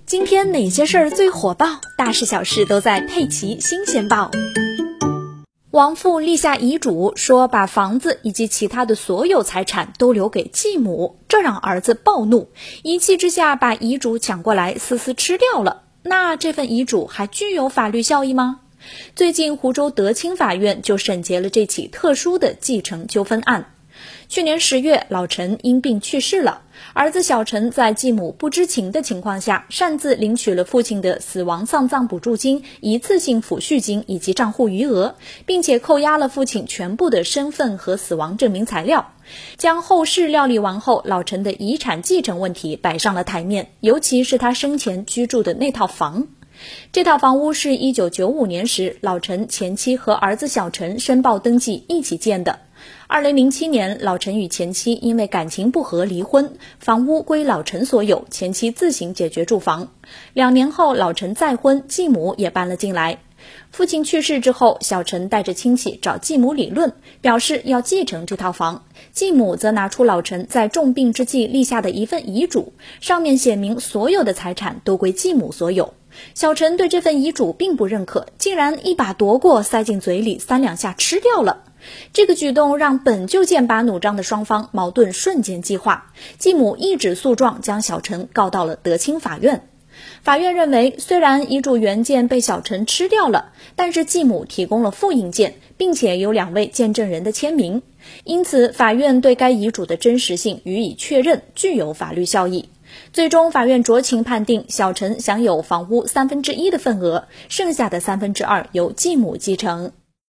今天哪些事儿最火爆？大事小事都在佩奇新鲜报。王父立下遗嘱，说把房子以及其他的所有财产都留给继母，这让儿子暴怒，一气之下把遗嘱抢过来嘶嘶吃掉了。那这份遗嘱还具有法律效益吗？最近湖州德清法院就审结了这起特殊的继承纠纷案。去年10月，老陈因病去世了，儿子小陈在继母不知情的情况下，擅自领取了父亲的死亡丧葬补助金、一次性抚恤金以及账户余额，并且扣押了父亲全部的身份和死亡证明材料。将后事料理完后，老陈的遗产继承问题摆上了台面，尤其是他生前居住的那套房。这套房屋是1995年时老陈前妻和儿子小陈申报登记一起建的。2007年，老陈与前妻因为感情不和离婚，房屋归老陈所有，前妻自行解决住房。2年后，老陈再婚，继母也搬了进来。父亲去世之后，小陈带着亲戚找继母理论，表示要继承这套房。继母则拿出老陈在重病之际立下的一份遗嘱，上面写明所有的财产都归继母所有。小陈对这份遗嘱并不认可，竟然一把夺过，塞进嘴里3两下吃掉了。这个举动让本就剑拔弩张的双方矛盾瞬间激化，继母一纸诉状将小陈告到了德清法院。法院认为，虽然遗嘱原件被小陈吃掉了，但是继母提供了复印件，并且有2位见证人的签名，因此法院对该遗嘱的真实性予以确认，具有法律效益。最终法院酌情判定小陈享有房屋1/3的份额，剩下的2/3由继母继承。